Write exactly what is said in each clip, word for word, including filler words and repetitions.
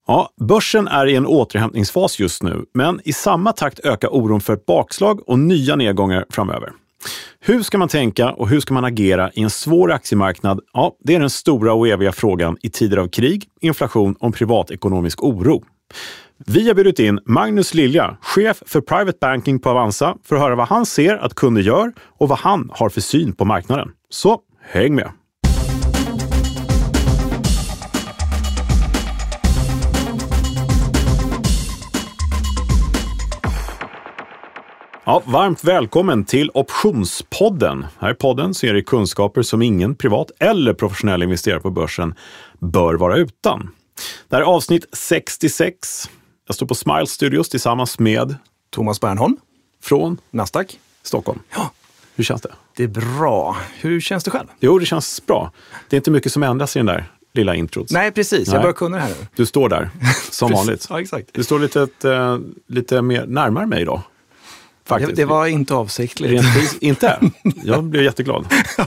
Ja, börsen är i en återhämtningsfas just nu, men i samma takt ökar oron för ett bakslag och nya nedgångar framöver. Hur ska man tänka och hur ska man agera i en svår aktiemarknad? Ja, det är den stora och eviga frågan i tider av krig, inflation och privatekonomisk oro. Vi har bjudit in Magnus Lilja, chef för Private Banking på Avanza, för att höra vad han ser att kunder gör och vad han har för syn på marknaden. Så, häng med! Ja, varmt välkommen till Optionspodden. Här i podden så är det kunskaper som ingen privat eller professionell investerare på börsen bör vara utan. Det här är avsnitt sextiosex. Jag står på Smile Studios tillsammans med Thomas Bernholm från Nasdaq, Stockholm. Ja. Hur känns det? Det är bra. Hur känns det själv? Jo, det känns bra. Det är inte mycket som ändras i den där lilla introt. Nej, precis. Nej. Jag börjar kunna det här nu. Du står där, som vanligt. Ja, exakt. Du står lite, äh, lite mer närmare mig idag. Det, det var inte avsiktligt. Rent, inte? Jag blev jätteglad.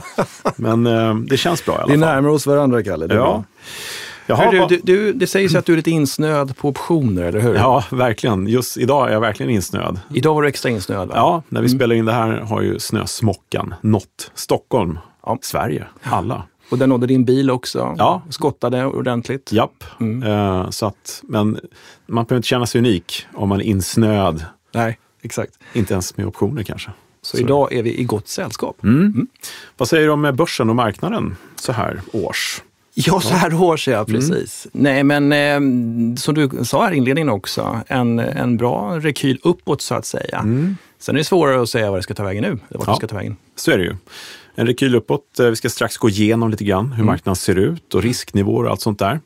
Men äh, det känns bra i alla fall. Vi närmar oss varandra, Kalle. Det ja. Jaha, du, du, du, det sägs att du är lite insnöd på optioner, eller hur? Ja, verkligen. Just idag är jag verkligen insnöd. Idag var du extra insnöd, va? Ja, när vi mm. spelar in det här har ju snösmockan nått Stockholm, ja. Sverige, alla. Och den nådde din bil också? Ja. Skottade ordentligt? Japp. Mm. Uh, så att, men man behöver inte känna sig unik om man är insnöd. Nej, exakt. Inte ens med optioner kanske. Så, så idag är vi i gott sällskap. Mm. Mm. Vad säger du om börsen och marknaden så här års? Ja, så här års, ja, precis. Mm. Nej, men eh, som du sa här i inledningen också, en, en bra rekyl uppåt så att säga. Mm. Sen är det svårare att säga vad det ska ta vägen nu, eller vart ja, det ska ta vägen. Så är det ju. En rekyl uppåt, vi ska strax gå igenom lite grann hur mm. marknaden ser ut och risknivåer och allt sånt där.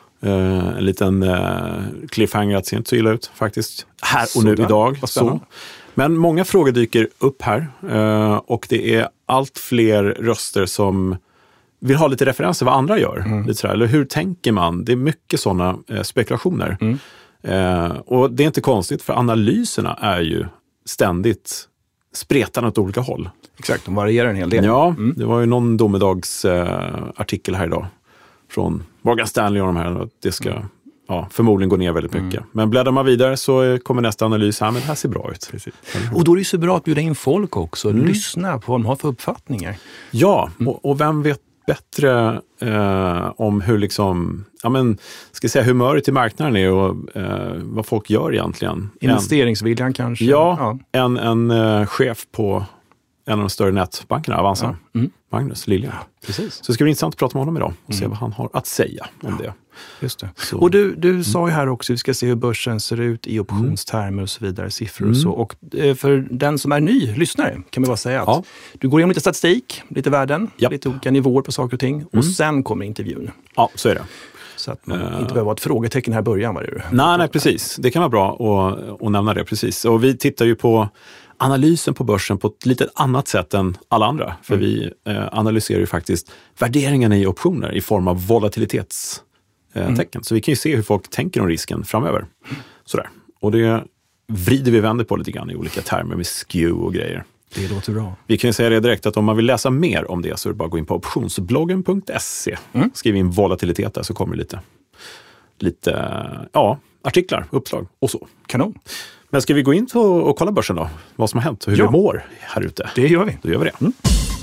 Uh, en liten uh, cliffhanger att se inte så illa ut faktiskt. Här och nu idag. Så. Men många frågor dyker upp här uh, och det är allt fler röster som vill ha lite referenser vad andra gör. Mm. Lite sådär. Eller hur tänker man? Det är mycket sådana uh, spekulationer. Mm. Uh, och det är inte konstigt för analyserna är ju ständigt spretande åt olika håll. Exakt, de varierar en hel del. Ja, mm. det var ju någon domedagsartikel uh, här idag från Morgan Stanley och de här, att det ska mm. ja, förmodligen gå ner väldigt mycket. Mm. Men bläddrar man vidare så kommer nästa analys här, men det här ser bra ut. Precis. Och då är det så bra att bjuda in folk också, mm. lyssna på vad de har för uppfattningar. Ja, mm. och, och vem vet bättre eh, om hur liksom, ja men, ska jag säga humöret i marknaden är och eh, vad folk gör egentligen. Investeringsviljan en, kanske. Ja, ja. en, en uh, chef på en av de större nätbankerna, Avanza. Ja. Mm. Magnus Lilja. Ja, precis. Så det ska bli intressant att prata med honom idag och mm. se vad han har att säga om ja. det. Just det. Så. Och du, du mm. sa ju här också, vi ska se hur börsen ser ut i optionstermer och så vidare, siffror mm. och så. Och för den som är ny lyssnare kan man bara säga att ja. du går igenom lite statistik, lite värden, Japp. lite olika nivåer på saker och ting. Mm. Och sen kommer intervjun. Ja, så är det. Så att man uh, inte behöver ha ett frågetecken här i början. Var det nej, nej, precis. Det kan vara bra att, att nämna det, precis. Och vi tittar ju på analysen på börsen på ett lite annat sätt än alla andra. För mm. vi eh, analyserar ju faktiskt värderingarna i optioner i form av volatilitets Eh, mm. tecken. Så vi kan ju se hur folk tänker om risken framöver. Sådär. Och det vrider vi vänder på lite grann i olika termer med skew och grejer. Det låter bra. Vi kan ju säga det direkt att om man vill läsa mer om det så är det bara att gå in på optionsbloggen punkt se. Mm. Skriv in volatilitet där så kommer det lite, lite ja, artiklar, uppslag och så. Kanon. Men ska vi gå in och, och kolla börsen då? Vad som har hänt och hur ja. vi mår här ute? Det gör vi. Då gör vi det. Mm.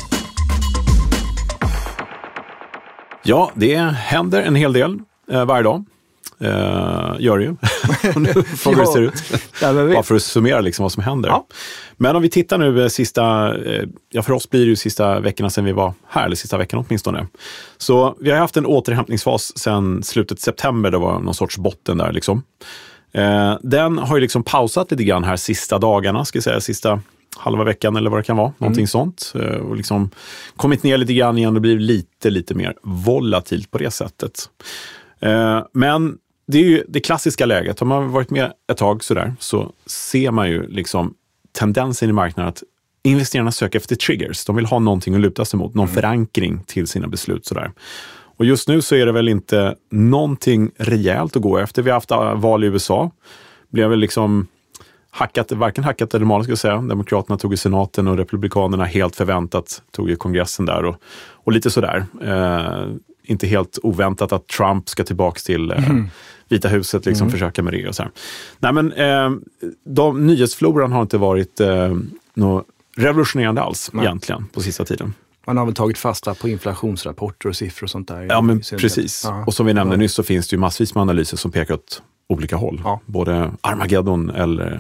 Ja, det händer en hel del eh, varje dag. Eh, gör det ju. Från hur det ser ut. Ja, bara för att summera liksom vad som händer. Ja. Men om vi tittar nu sista, eh, ja för oss blir det ju sista veckorna sedan vi var här, eller sista veckan åtminstone. Så vi har haft en återhämtningsfas sedan slutet september, det var någon sorts botten där liksom. Eh, den har ju liksom pausat lite grann här sista dagarna, ska jag säga, sista halva veckan eller vad det kan vara, någonting mm. sånt. Och liksom kommit ner lite grann igen och blivit lite, lite mer volatilt på det sättet. Eh, men det är ju det klassiska läget. Om man har varit med ett tag sådär så ser man ju liksom tendensen i marknaden att investerarna söker efter triggers. De vill ha någonting att luta sig mot, någon mm. förankring till sina beslut sådär. Och just nu så är det väl inte någonting rejält att gå efter. Vi har haft val i U S A. Blev väl liksom hackat, varken hackat eller malet ska jag säga. Demokraterna tog i senaten och republikanerna helt förväntat tog i kongressen där och, och lite sådär. Eh, inte helt oväntat att Trump ska tillbaka till eh, mm. Vita huset liksom mm. försöka med det och så här. Nej, men eh, de, nyhetsfloran har inte varit eh, något revolutionerande alls Nej. egentligen på sista tiden. Man har väl tagit fasta på inflationsrapporter och siffror och sånt där. Ja, men precis. Ja. Och som vi nämnde ja. nyss så finns det ju massvis med analyser som pekar åt olika håll. Ja. Både Armageddon eller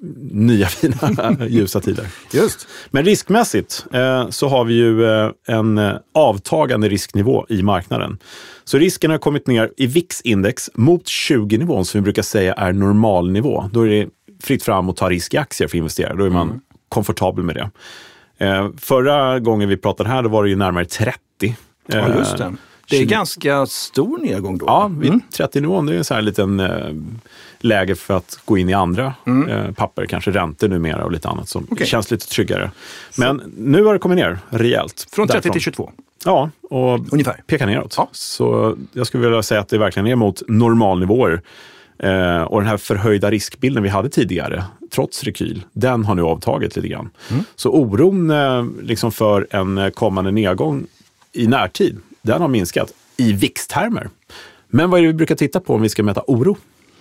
nya fina ljusa tider. Just. Men riskmässigt eh, så har vi ju eh, en eh, avtagande risknivå i marknaden. Så risken har kommit ner i V I X-index mot tjugo-nivån som vi brukar säga är normalnivå. Då är det fritt fram att ta risk i aktier för investerare. Då är man mm. komfortabel med det. Eh, förra gången vi pratade här då var det ju närmare trettio. Eh, ja, just det. Det är tjugo ganska stor nedgång då. Ja, vid mm. trettio-nivån det är en sån här liten eh, läge för att gå in i andra mm. eh, papper, kanske räntor numera och lite annat som okay. känns lite tryggare. Men så. Nu har det kommit ner rejält. Från trettio till tjugotvå? Ja, och ungefär. Pekar neråt. Ja. Så jag skulle vilja säga att det verkligen är mot normalnivåer. Eh, och den här förhöjda riskbilden vi hade tidigare, trots rekyl, den har nu avtagit lite grann. Mm. Så oron eh, liksom för en kommande nedgång i närtid, den har minskat i V I X-termer. Men vad är det vi brukar titta på om vi ska mäta oro?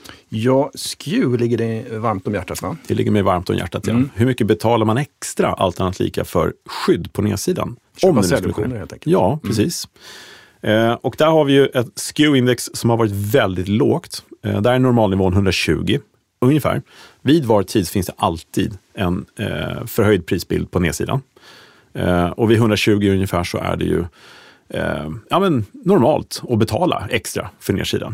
Ja, S K U ligger det varmt om hjärtat, va? Det ligger mig varmt om hjärtat, ja. Mm. Hur mycket betalar man extra, allt annat lika, för skydd på nedsidan? Köpa säljoptioner helt enkelt. Ja, precis. Mm. Eh, och där har vi ju ett S K U-index som har varit väldigt lågt. Eh, där är normalnivån hundratjugo, ungefär. Vid var tid finns det alltid en eh, förhöjd prisbild på nedsidan. Eh, och vid hundratjugo ungefär så är det ju eh, ja, men normalt att betala extra för nedsidan.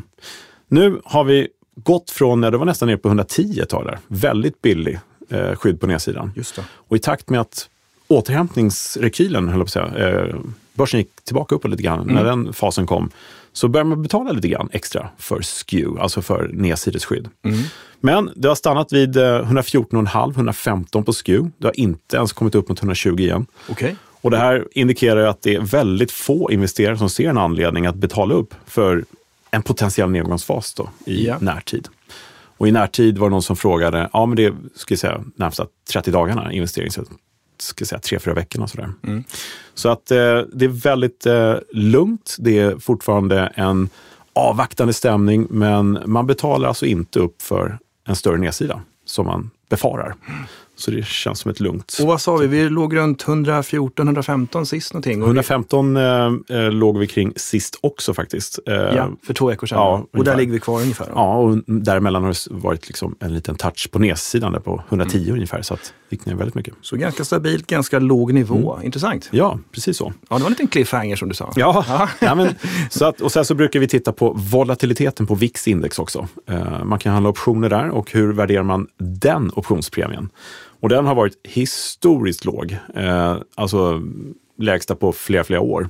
Nu har vi gått från, det var nästan ner på hundratio ett tag där. Väldigt billig eh, skydd på nedsidan. Just det. Och i takt med att återhämtningsrekylen, höll jag på att säga, eh, börsen gick tillbaka upp lite grann. Mm. När den fasen kom så började man betala lite grann extra för S K U, alltså för nedsidesskydd. Mm. Men det har stannat vid eh, hundrafjorton komma fem hundrafemton på S K U. Det har inte ens kommit upp mot hundratjugo igen. Okay. Och det här indikerar att det är väldigt få investerare som ser en anledning att betala upp för en potentiell nedgångsfas då, i yeah. närtid. Och i närtid var det någon som frågade, ja men det ska jag säga närmast trettio dagarna investering, så ska jag säga tre, fyra veckorna sådär. Mm. Så att eh, det är väldigt eh, lugnt, det är fortfarande en avvaktande stämning, men man betalar alltså inte upp för en större nedsida som man befarar. Mm. Så det känns som ett lugnt. Och vad sa vi? Vi låg runt hundrafjorton hundrafemton sist någonting. hundrafemton eh, låg vi kring sist också faktiskt. Eh, ja, för två veckor sedan. Ja, och där ligger vi kvar ungefär. Då. Ja, och däremellan har det varit liksom en liten touch på nedsidan där på hundratio mm. ungefär. Så att det gick ner väldigt mycket. Så ganska stabilt, ganska låg nivå. Mm. Intressant. Ja, precis så. Ja, det var en liten cliffhanger som du sa. Ja, ja. ja men, så att, och sen så brukar vi titta på volatiliteten på V I X-index också. Eh, man kan handla optioner där och hur värderar man den optionspremien? Och den har varit historiskt låg, eh, alltså lägsta på flera, flera år.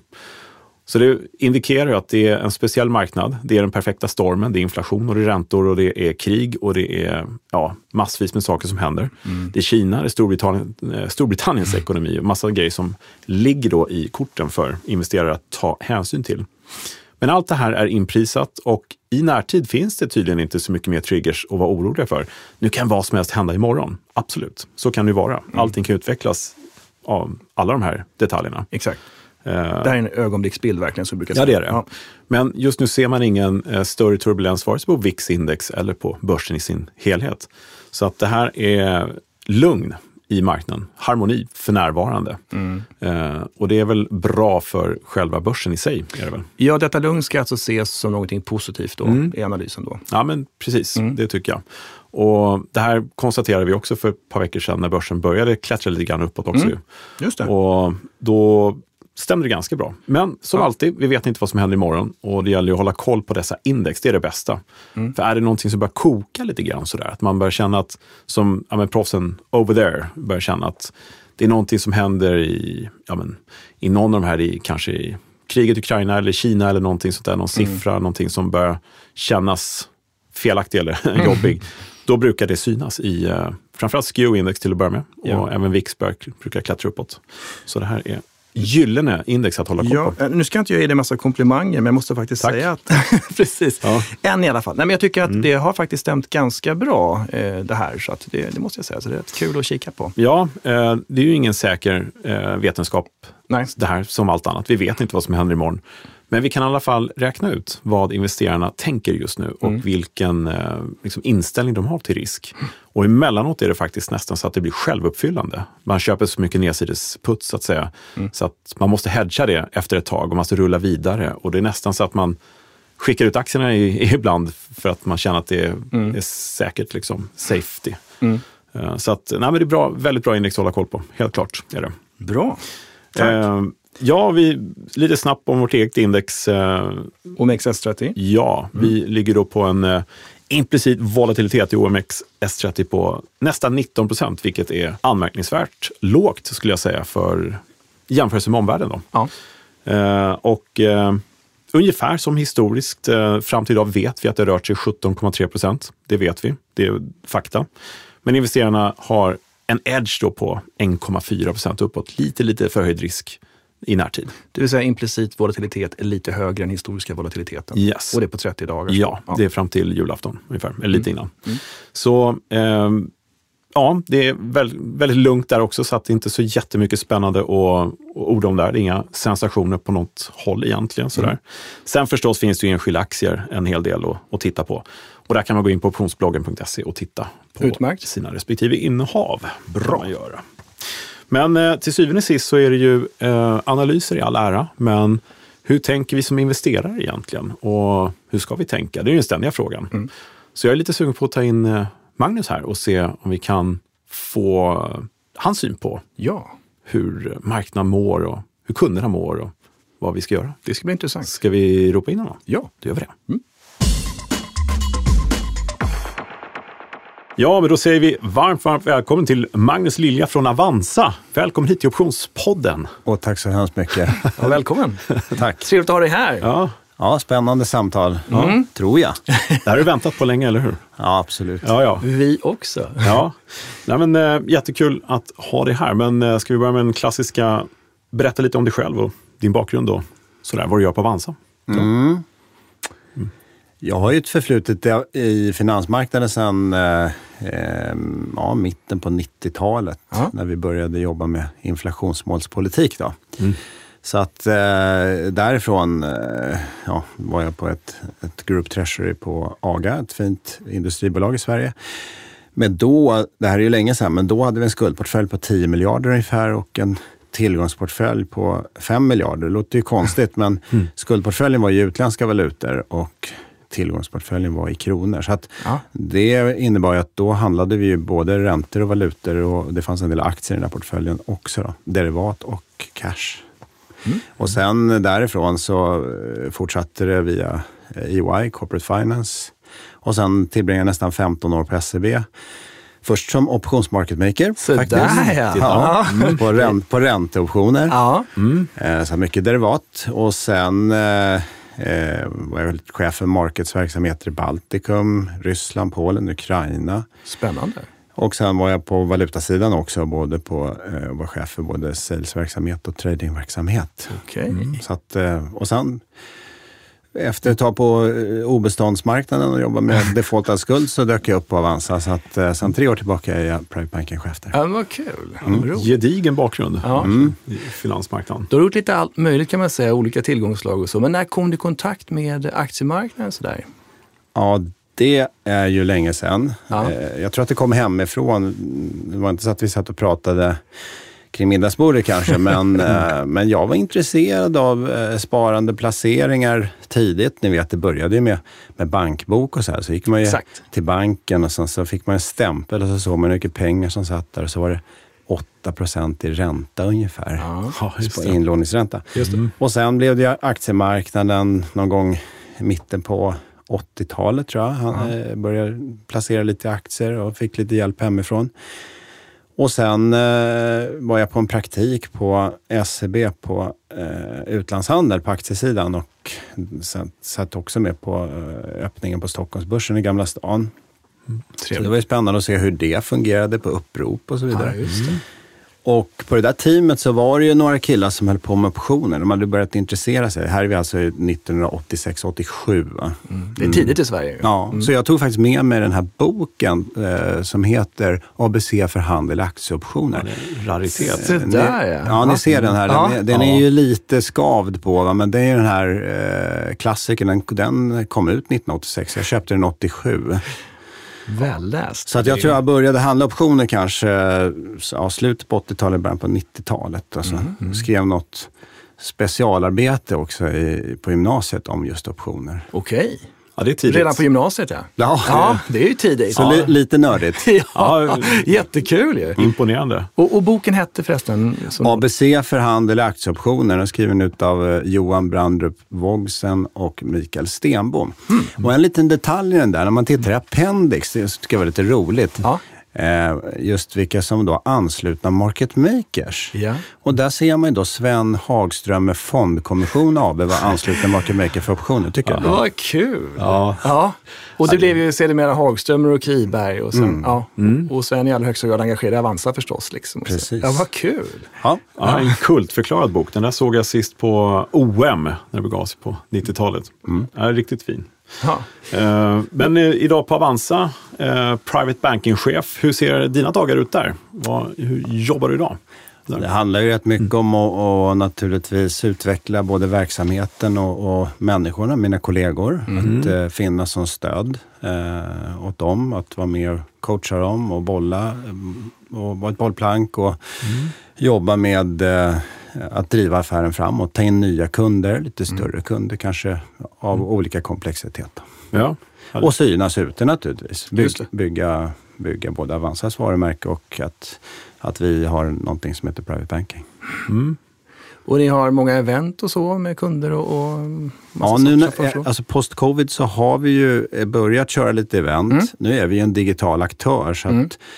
Så det indikerar ju att det är en speciell marknad. Det är den perfekta stormen, det är inflation och det är räntor och det är krig och det är ja, massvis med saker som händer. Mm. Det är Kina, det är Storbritannien, eh, Storbritanniens mm. ekonomi och massa grejer som ligger då i korten för investerare att ta hänsyn till. Men allt det här är inprisat och i närtid finns det tydligen inte så mycket mer triggers att vara oroliga för. Nu kan vad som helst hända imorgon. Absolut, så kan det vara. Mm. Allting kan utvecklas av alla de här detaljerna. Exakt. Uh, det här är en ögonblicksbild verkligen som brukar säga. Ja, det är det. Ja. Men just nu ser man ingen uh, större turbulens vare sig på V I X-index eller på börsen i sin helhet. Så att det här är lugn i marknaden. Harmoni för närvarande. Mm. Eh, och det är väl bra för själva börsen i sig, är det väl? Ja, detta lugn ska alltså ses som någonting positivt då, mm. i analysen då. Ja, men precis. Mm. Det tycker jag. Och det här konstaterade vi också för ett par veckor sedan när börsen började klättra lite grann uppåt också. Mm. Just det. Och då stämde det ganska bra. Men som ja. alltid, vi vet inte vad som händer imorgon och det gäller att hålla koll på dessa index, det är det bästa. Mm. För är det någonting som börjar koka lite grann sådär, att man börjar känna att, som ja, men proffsen over there börjar känna att det är någonting som händer i, ja, men, i någon av de här, i, kanske i kriget i Ukraina eller Kina eller någonting sånt där, någon siffra, mm. någonting som börjar kännas felaktig eller mm. jobbig. Då brukar det synas i uh, framförallt S K U-index till att börja med och ja. även V I X brukar klättra uppåt. Så det här är gyllene index att hålla koll på. Ja, nu ska inte jag ge dig massa komplimanger, men jag måste faktiskt Tack. säga att precis, ja. en i alla fall. Nej, men jag tycker att mm. det har faktiskt stämt ganska bra eh, det här, så att det, det måste jag säga. Så det är kul att kika på. Ja, eh, det är ju ingen säker eh, vetenskap. Nej. Det här som allt annat. Vi vet inte vad som händer imorgon. Men vi kan i alla fall räkna ut vad investerarna tänker just nu och mm. vilken eh, liksom inställning de har till risk. Och emellanåt är det faktiskt nästan så att det blir självuppfyllande. Man köper så mycket nedsidesputs så att säga. Mm. Så att man måste hedga det efter ett tag och man måste rulla vidare. Och det är nästan så att man skickar ut aktierna i, ibland för att man känner att det är, mm. är säkert, liksom, safety. Mm. Uh, så att, nej, men det är bra, väldigt bra index att hålla koll på, helt klart är det. Bra, tack. Uh, ja, vi, lite snabbt om vårt eget index. Uh, O M X S trettio? Ja, mm. vi ligger då på en uh, implicit volatilitet i O M X S trettio på nästan nitton procent, vilket är anmärkningsvärt lågt skulle jag säga för jämförelse med omvärlden då. Ja. Uh, och... Uh, Ungefär som historiskt, eh, fram till idag vet vi att det rört sig sjutton komma tre procent. Det vet vi, det är fakta. Men investerarna har en edge då på en komma fyra procent uppåt. Lite, lite förhöjd risk i närtid. Det vill säga implicit volatilitet är lite högre än historiska volatiliteten. Yes. Och det är på trettio dagar. Ja, ja, det är fram till julafton ungefär, eller lite mm. innan. Mm. Så... Eh, Ja, det är väldigt, väldigt lugnt där också så att det inte är så jättemycket spännande att orda om där. Det är inga sensationer på något håll egentligen. Sådär. Mm. Sen förstås finns det ju enskilda aktier en hel del att, att titta på. Och där kan man gå in på optionsbloggen punkt se och titta på Utmärkt. Sina respektive innehav. Bra att göra. Men eh, till syvende och sist så är det ju eh, analyser i all ära. Men hur tänker vi som investerare egentligen? Och hur ska vi tänka? Det är ju den ständiga frågan. Mm. Så jag är lite sugen på att ta in... Eh, Magnus här och se om vi kan få hans syn på ja. hur marknaden mår och hur kunderna mår och vad vi ska göra. Det ska bli intressant. Ska vi ropa in honom? Ja, det gör vi det. Mm. Ja, men då säger vi varmt, varmt välkommen till Magnus Lilja från Avanza. Välkommen hit till Optionspodden. Och tack så hemskt mycket. Ja, välkommen. Tack. Trevligt att ha dig här. Ja. Ja, spännande samtal, mm. tror jag. Det här har du väntat på länge, eller hur? Ja, absolut. Ja, ja. Vi också. Ja, Nej, men, äh, jättekul att ha dig här. Men äh, ska vi börja med den klassiska, berätta lite om dig själv och din bakgrund då. Sådär, vad du gör på Avanza. Mm. Mm. Jag har ju ett förflutet i finansmarknaden sedan äh, äh, ja, mitten på nittiotalet. Ja. När vi började jobba med inflationsmålspolitik då. Mm. Så att eh, därifrån eh, ja, var jag på ett, ett Group Treasury på AGA, ett fint industribolag i Sverige. Men då, det här är ju länge sedan, men då hade vi en skuldportfölj på tio miljarder ungefär och en tillgångsportfölj på fem miljarder. Det låter ju konstigt, men mm. skuldportföljen var i utländska valutor och tillgångsportföljen var i kronor. Så att ja. Det innebar ju att då handlade vi ju både räntor och valutor och det fanns en del aktier i den här portföljen också då, derivat och cash. Mm. Och sen därifrån så fortsatte det via E Y, Corporate Finance. Och sen tillbringade jag nästan femton år på S E B. Först som optionsmarketmaker. Så faktiskt. Där ja. ja mm. på, ränt, på ränteoptioner. Ja. Mm. Så mycket derivat. Och sen eh, var jag chef för marketsverksamheter i Baltikum, Ryssland, Polen, Ukraina. Spännande. Och sen var jag på valutasidan också, både på, eh, var chef för både salesverksamhet och tradingverksamhet. Okej. Okay. Mm, så att, eh, och sen efter ett tag på eh, obeståndsmarknaden och jobba med defaultad skuld så dök jag upp på Avanza. Så att eh, sen tre år tillbaka är jag private banking-chef där. Ja, vad kul. Mm. Gedigen bakgrund ja. mm. i finansmarknaden. Du har gjort lite allt möjligt kan man säga, olika tillgångslag och så. Men när kom du i kontakt med aktiemarknaden så där? Ja, det är ju länge sedan. Ja. Jag tror att det kom hemifrån. Det var inte så att vi satt och pratade kring middagsbordet kanske. Men, men jag var intresserad av sparande placeringar tidigt. Ni vet, det började ju med, med bankbok och så här. Så gick man ju Exakt. till banken och sen så fick man en stämpel och så såg man hur mycket pengar som satt där. Och så var det åtta procent i ränta ungefär. Ja, på inlåningsränta. Just det. Och sen blev det aktiemarknaden någon gång i mitten på åttiotalet tror jag. Han ja. började placera lite aktier och fick lite hjälp hemifrån. Och sen eh, var jag på en praktik på S E B på eh, utlandshandel på aktiesidan och sen, satt också med på eh, öppningen på Stockholmsbörsen i Gamla stan. Mm. Så det var ju spännande att se hur det fungerade på upprop och så vidare. Ja, just det. Och på det där teamet så var det ju några killar som höll på med optioner. De hade börjat intressera sig. Här är vi alltså nittonhundraåttiosex åttiosju. Va? Mm. Det är tidigt i Sverige. Ja, mm. Så jag tog faktiskt med mig den här boken eh, som heter A B C för handel och aktieoptioner. Ja, det är raritet. Så där, ja. Ja, ni ser den här. Den, ja. den är ju lite skavd på, va? Men det är den här eh, klassikern. Den, den kom ut nittonhundraåttiosex. Jag köpte den åttiosju. Välläst. Så att jag tror jag började handla optioner kanske ja, slutet på åttiotalet, början på nittiotalet. Alltså, mm, mm. Skrev något specialarbete också i, på gymnasiet om just optioner. Okej. Ja, det är tidigt. Redan på gymnasiet, ja. Ja, ja det är ju tidigt. Så ja. li, lite nördigt. ja, ja, jättekul ju. Imponerande. Och, och boken hette förresten? Som... A B C för handel och aktieoptioner. Den skriven ut av Johan Brandrup Wogsen och Mikael Stenbom. Mm. Och en liten detalj i den där, när man tittar i appendix, det tycker jag var lite roligt. Ja. Just vilka som då anslutna market makers. Ja. Och där ser man ju då Sven Hagström med Fondkommission A B var ansluten market maker för optioner, tycker jag. Det var kul. Ja. Ja. Och det blev ju sedermera Hagströmer och Kriberg och sen, mm. ja. Mm. Och Sven i allra högsta grad engagerad i Avanza förstås. Liksom. Precis. Ja, vad kul. Ja. Ja, en kultförklarad bok. Den där såg jag sist på O M när det begav sig på nittiotalet. Mm. Ja, riktigt fin. Ja. Uh, men uh, idag på Avanza, uh, private banking-chef, hur ser dina dagar ut där? Vad, hur jobbar du idag? Där? Det handlar ju rätt mycket om att och naturligtvis utveckla både verksamheten och, och människorna, mina kollegor. Mm. Att uh, finnas som stöd uh, åt dem, att vara med och coacha dem och bolla um, och vara ett bollplank och mm. jobba med uh, att driva affären framåt, ta in nya kunder, lite större mm. kunder kanske av mm. olika komplexitet. Ja. Och synas ute naturligtvis. By, bygga, bygga både Avanzas varumärke och att, att vi har någonting som heter private banking. Mm. Och ni har många event och så med kunder och, och massa ja, nu när, alltså post-covid så har vi ju börjat köra lite event. Mm. Nu är vi en digital aktör så mm. att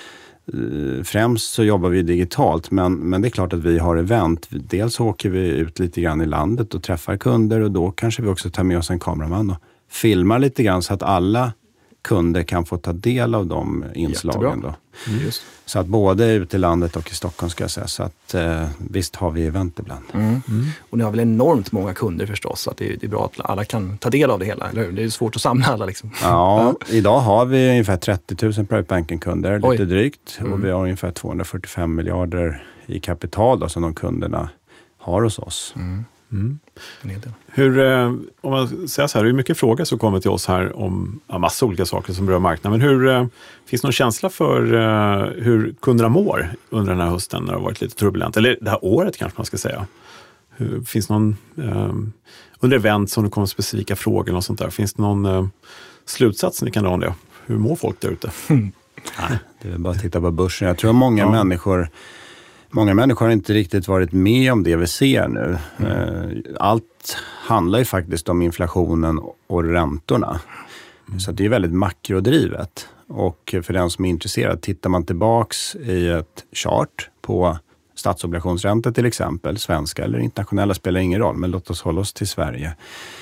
främst så jobbar vi digitalt, men, men det är klart att vi har event. Dels åker vi ut lite grann i landet och träffar kunder och då kanske vi också tar med oss en kameraman och filmar lite grann så att alla kunder kan få ta del av de inslagen. Då. Mm, just. Så att både ute i landet och i Stockholm ska jag säga. Så att eh, visst har vi event ibland. Mm. Mm. Och ni har väl enormt många kunder förstås. Så att det, är, det är bra att alla kan ta del av det hela. Eller hur? Det är svårt att samla alla liksom. Ja, idag har vi ungefär trettio tusen private banking-kunder. Lite Oj. drygt. Mm. Och vi har ungefär tvåhundrafyrtiofem miljarder i kapital då, som de kunderna har hos oss. Mm. Mm. Hur, om man säger så här, det är mycket frågor som kommer till oss här om ja, massa olika saker som berör marknaden. Men hur, finns det någon känsla för hur kunderna mår under den här hösten när det har varit lite turbulent? Eller det här året kanske man ska säga. Hur, finns det någon, um, under event som det kommer specifika frågor och sånt där, finns det någon uh, slutsats ni kan dra om det? Hur mår folk där ute? Mm. Nej, det är bara att titta på börsen. Jag tror att många ja. människor Många människor har inte riktigt varit med om det vi ser nu. Mm. Allt handlar ju faktiskt om inflationen och räntorna. Mm. Så det är väldigt makrodrivet. Och för den som är intresserad, tittar man tillbaks i ett chart på statsobligationsräntor till exempel, svenska eller internationella spelar ingen roll, men låt oss hålla oss till Sverige.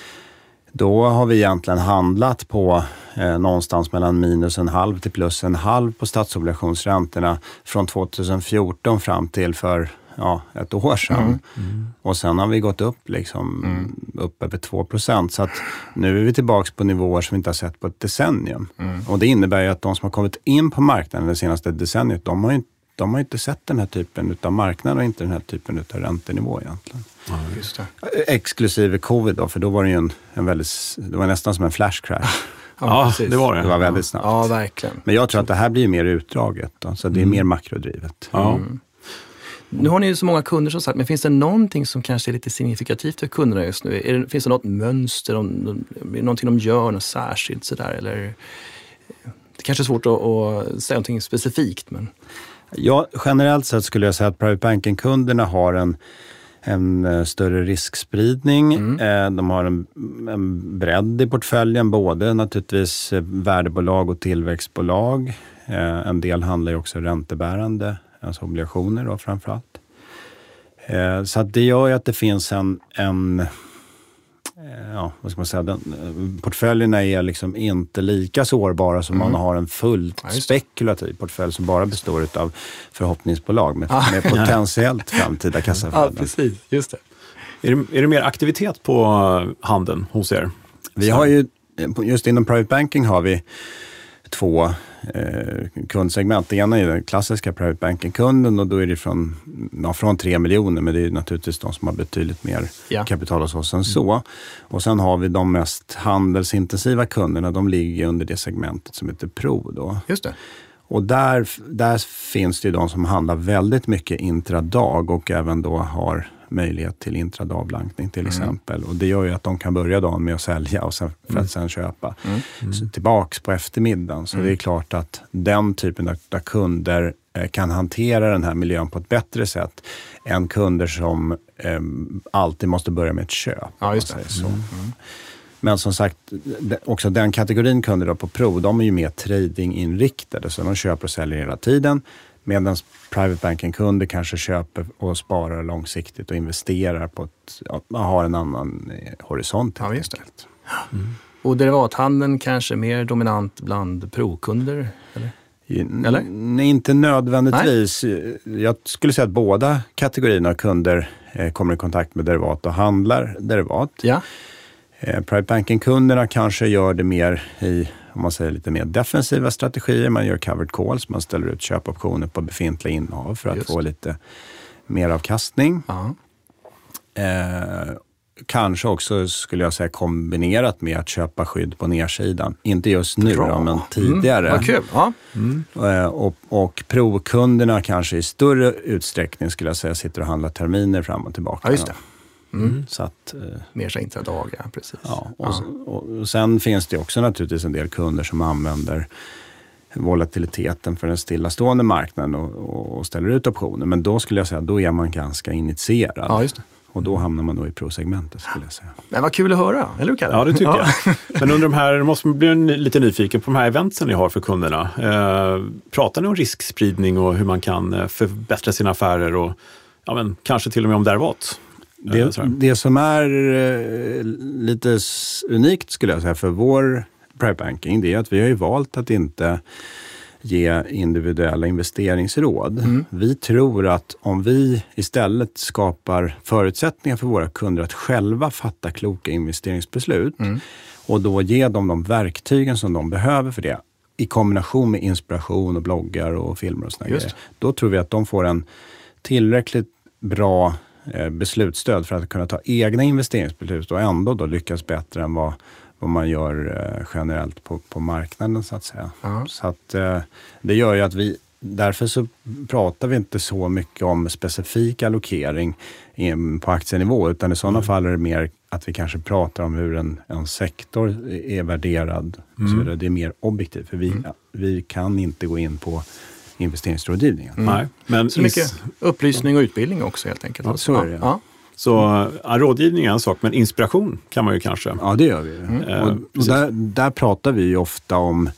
Då har vi egentligen handlat på eh, någonstans mellan minus en halv till plus en halv på statsobligationsräntorna från tjugohundrafjorton fram till för ja, ett år sedan. Mm. Mm. Och sen har vi gått upp liksom mm. upp över två procent. Så att nu är vi tillbaka på nivåer som vi inte har sett på ett decennium. Mm. Och det innebär ju att de som har kommit in på marknaden det senaste decenniet, de har ju inte De har inte sett den här typen av marknad och inte den här typen av räntenivå egentligen. Ja, just det. Exklusive covid då, för då var det ju en, en väldigt, det var nästan som en flash crash. Ja, ja det var det. Det var väldigt snabbt. Ja, verkligen. Men jag tror att det här blir mer utdraget då, så det är mm. mer makrodrivet. Ja. Mm. Nu har ni ju så många kunder som sagt, men finns det någonting som kanske är lite signifikativt för kunderna just nu? Är det, finns det något mönster, om, någonting de gör, något särskilt sådär? Eller, det kanske är svårt att, att säga någonting specifikt, men... Ja, generellt sett skulle jag säga att private banking-kunderna har en, en större riskspridning. Mm. De har en, en bredd i portföljen, både naturligtvis värdebolag och tillväxtbolag. En del handlar ju också räntebärande, alltså obligationer då framförallt. Så att det gör ju att det finns en, en, ja, vad ska man säga, den, portföljerna är liksom inte lika sårbara som mm. man har en fullt ja, spekulativ portfölj som bara består av förhoppningsbolag med, ah. med potentiellt framtida kassaflöden. Ja, precis. Just det. Är det, är det mer aktivitet på handeln hos er? Vi har ju, just inom private banking har vi två eh, kundsegment. Det ena är den klassiska private banking-kunden och då är det från, ja, från tre miljoner, men det är naturligtvis de som har betydligt mer ja. kapital hos oss än så. Mm. Och sen har vi de mest handelsintensiva kunderna, de ligger under det segmentet som heter Pro då. Just det. Och där, där finns det ju de som handlar väldigt mycket intradag och även då har möjlighet till intradagblankning till mm. exempel. Och det gör ju att de kan börja dagen med att sälja och sen, för att mm. sen köpa mm. Mm. Så tillbaks på eftermiddagen. Så mm. det är klart att den typen av kunder eh, kan hantera den här miljön på ett bättre sätt än kunder som eh, alltid måste börja med ett köp. Ja, just det. Så. Mm. Mm. Men som sagt, också den kategorin kunder då på Pro, de är ju mer tradinginriktade. Så de köper och säljer hela tiden. Medan private banking-kunder kanske köper och sparar långsiktigt och investerar på ett, ja, man har en annan horisont. Ja, just det. Mm. Och derivathandeln kanske är mer dominant bland Pro-kunder? Eller? eller? Nej, inte nödvändigtvis. Nej. Jag skulle säga att båda kategorierna av kunder eh, kommer i kontakt med derivat och handlar derivat. Ja. Eh, private banking-kunderna kanske gör det mer i, om man säger lite mer defensiva strategier. Man gör covered calls, man ställer ut köpoptioner på befintliga innehav för att just få lite mer avkastning. Uh-huh. Eh, kanske också skulle jag säga kombinerat med att köpa skydd på nedsidan. Inte just nu då, men tidigare. Mm, vad kul. Ja. Mm. Eh, och, och pro-kunderna kanske i större utsträckning skulle jag säga sitter och handlar terminer fram och tillbaka. Ja, just det. Mm. Så att, eh, mer så intradag, ja, precis. Ja, och, ja. Och, och sen finns det också naturligtvis en del kunder som använder volatiliteten för den stillastående marknaden och, och ställer ut optioner. Men då skulle jag säga, då är man ganska initierad. Ja, just det. Och då hamnar man då i pro-segmentet skulle jag säga. Men vad kul att höra, eller hur Kalle? Ja, det tycker ja. jag. Men under de här, måste man bli lite nyfiken på de här eventsen ni har för kunderna. Eh, pratar ni om riskspridning och hur man kan förbättra sina affärer och ja, men, kanske till och med om derivat? Det, det som är eh, lite unikt skulle jag säga för vår private banking, det är att vi har ju valt att inte ge individuella investeringsråd. Mm. Vi tror att om vi istället skapar förutsättningar för våra kunder att själva fatta kloka investeringsbeslut mm. och då ge dem de verktygen som de behöver för det i kombination med inspiration och bloggar och filmer och sådana grejer. Då tror vi att de får en tillräckligt bra beslutsstöd för att kunna ta egna investeringsbeslut och ändå då lyckas bättre än vad, vad man gör eh, generellt på, på marknaden så att säga. Uh-huh. Så att eh, det gör ju att vi, därför så pratar vi inte så mycket om specifik allokering in, på aktienivå utan i sådana mm. fall är det mer att vi kanske pratar om hur en, en sektor är värderad. Mm. Så det är mer objektivt för vi, mm. vi kan inte gå in på investeringsrådgivningen. Mm. Nej, men så mycket upplysning och utbildning också helt enkelt. Ja, så är det. Ja. Så ja, rådgivning är en sak, men inspiration kan man ju kanske. Ja, det gör vi. Mm. Och, och där, där pratar vi ju ofta om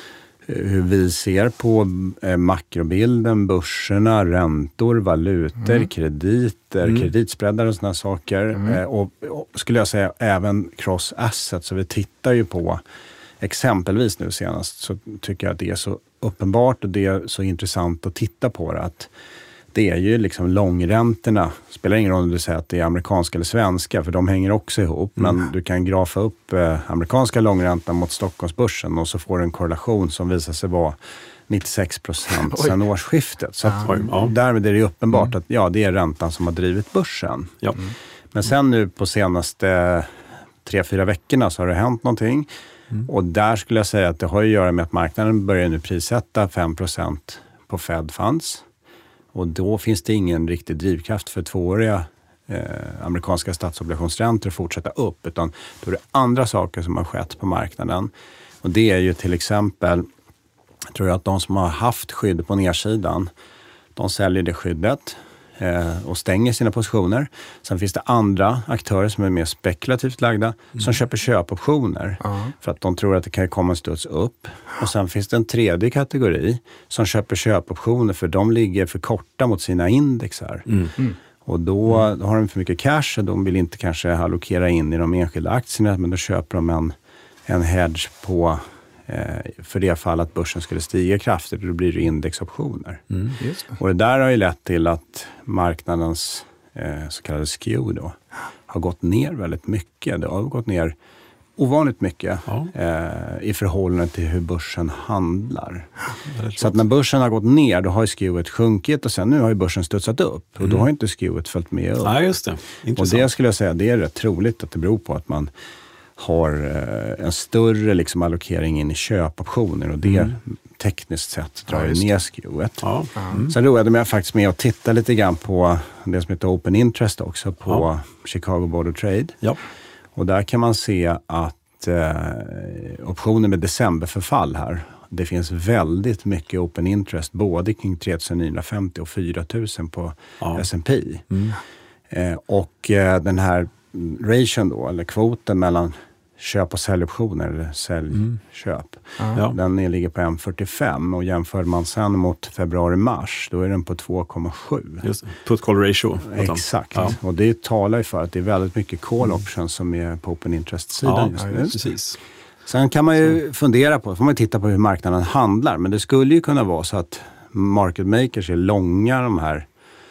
hur vi ser på eh, makrobilden, börserna, räntor, valutor, mm. krediter, mm. kreditspreadar och sådana saker. Mm. Eh, och, och skulle jag säga även cross assets. Så vi tittar ju på exempelvis nu senast så tycker jag att det är så uppenbart och det är så intressant att titta på det att det är ju liksom långräntorna. Spelar ingen roll om du säger att det är amerikanska eller svenska för de hänger också ihop. Mm. Men du kan grafa upp eh, amerikanska långräntan mot Stockholmsbörsen och så får du en korrelation som visar sig vara nittiosex procent sedan årsskiftet. Så att, Oj, ja. därmed är det uppenbart mm. att ja, det är räntan som har drivit börsen. Ja. Mm. Men sen nu på senaste tre, fyra veckorna så har det hänt någonting. Mm. Och där skulle jag säga att det har att göra med att marknaden börjar nu prissätta fem procent på Fed Funds. Och då finns det ingen riktig drivkraft för tvååriga eh, amerikanska statsobligationsräntor att fortsätta upp. Utan då är det andra saker som har skett på marknaden. Och det är ju till exempel, tror jag att de som har haft skydd på nedsidan, de säljer det skyddet eh, och stänger sina positioner. Sen finns det andra aktörer som är mer spekulativt lagda mm. som köper köpoptioner uh-huh. för att de tror att det kan komma en studs upp. Och sen finns det en tredje kategori som köper köpoptioner för de ligger för korta mot sina indexar. Mm. Mm. Och då, då har de för mycket cash och de vill inte kanske allokera in i de enskilda aktierna, men då köper de en, en hedge på eh, för det fall att börsen skulle stiga kraftigt och då blir det indexoptioner. Mm, just det. Och det där har ju lett till att marknadens eh, så kallade skew då har gått ner väldigt mycket. Det har gått ner ovanligt mycket ja. eh, i förhållande till hur börsen handlar. Så att när börsen har gått ner, då har ju skewet sjunkit och sen nu har ju börsen studsat upp. Och mm. då har inte skewet följt med upp. Ja, just det. Och det skulle jag säga, det är rätt troligt att det beror på att man har eh, en större liksom, allokering in i köpoptioner och det mm. tekniskt sett drar ju ja, ner skewet. Ja. Mm. Sen roade jag mig faktiskt med att titta lite grann på det som heter Open Interest också på ja. Chicago Board of Trade. Ja. Och där kan man se att eh, optioner med decemberförfall här, det finns väldigt mycket open interest både kring tre tusen niohundrafemtio och fyra tusen på ja. S and P. Mm. Eh, och eh, den här ration då, eller kvoten mellan köp- och säljoptioner eller säljköp, mm. ja. den ligger på en komma fyrtiofem och jämför man sen mot februari-mars, då är den på två komma sju. Just det. Put-call ratio. Exakt. Ja. Och det talar ju för att det är väldigt mycket call options som är på open interest-sidan ja, just nu. Ja, precis. Sen kan man ju så. fundera på, får man titta på hur marknaden handlar, men det skulle ju kunna vara så att market makers är långa de här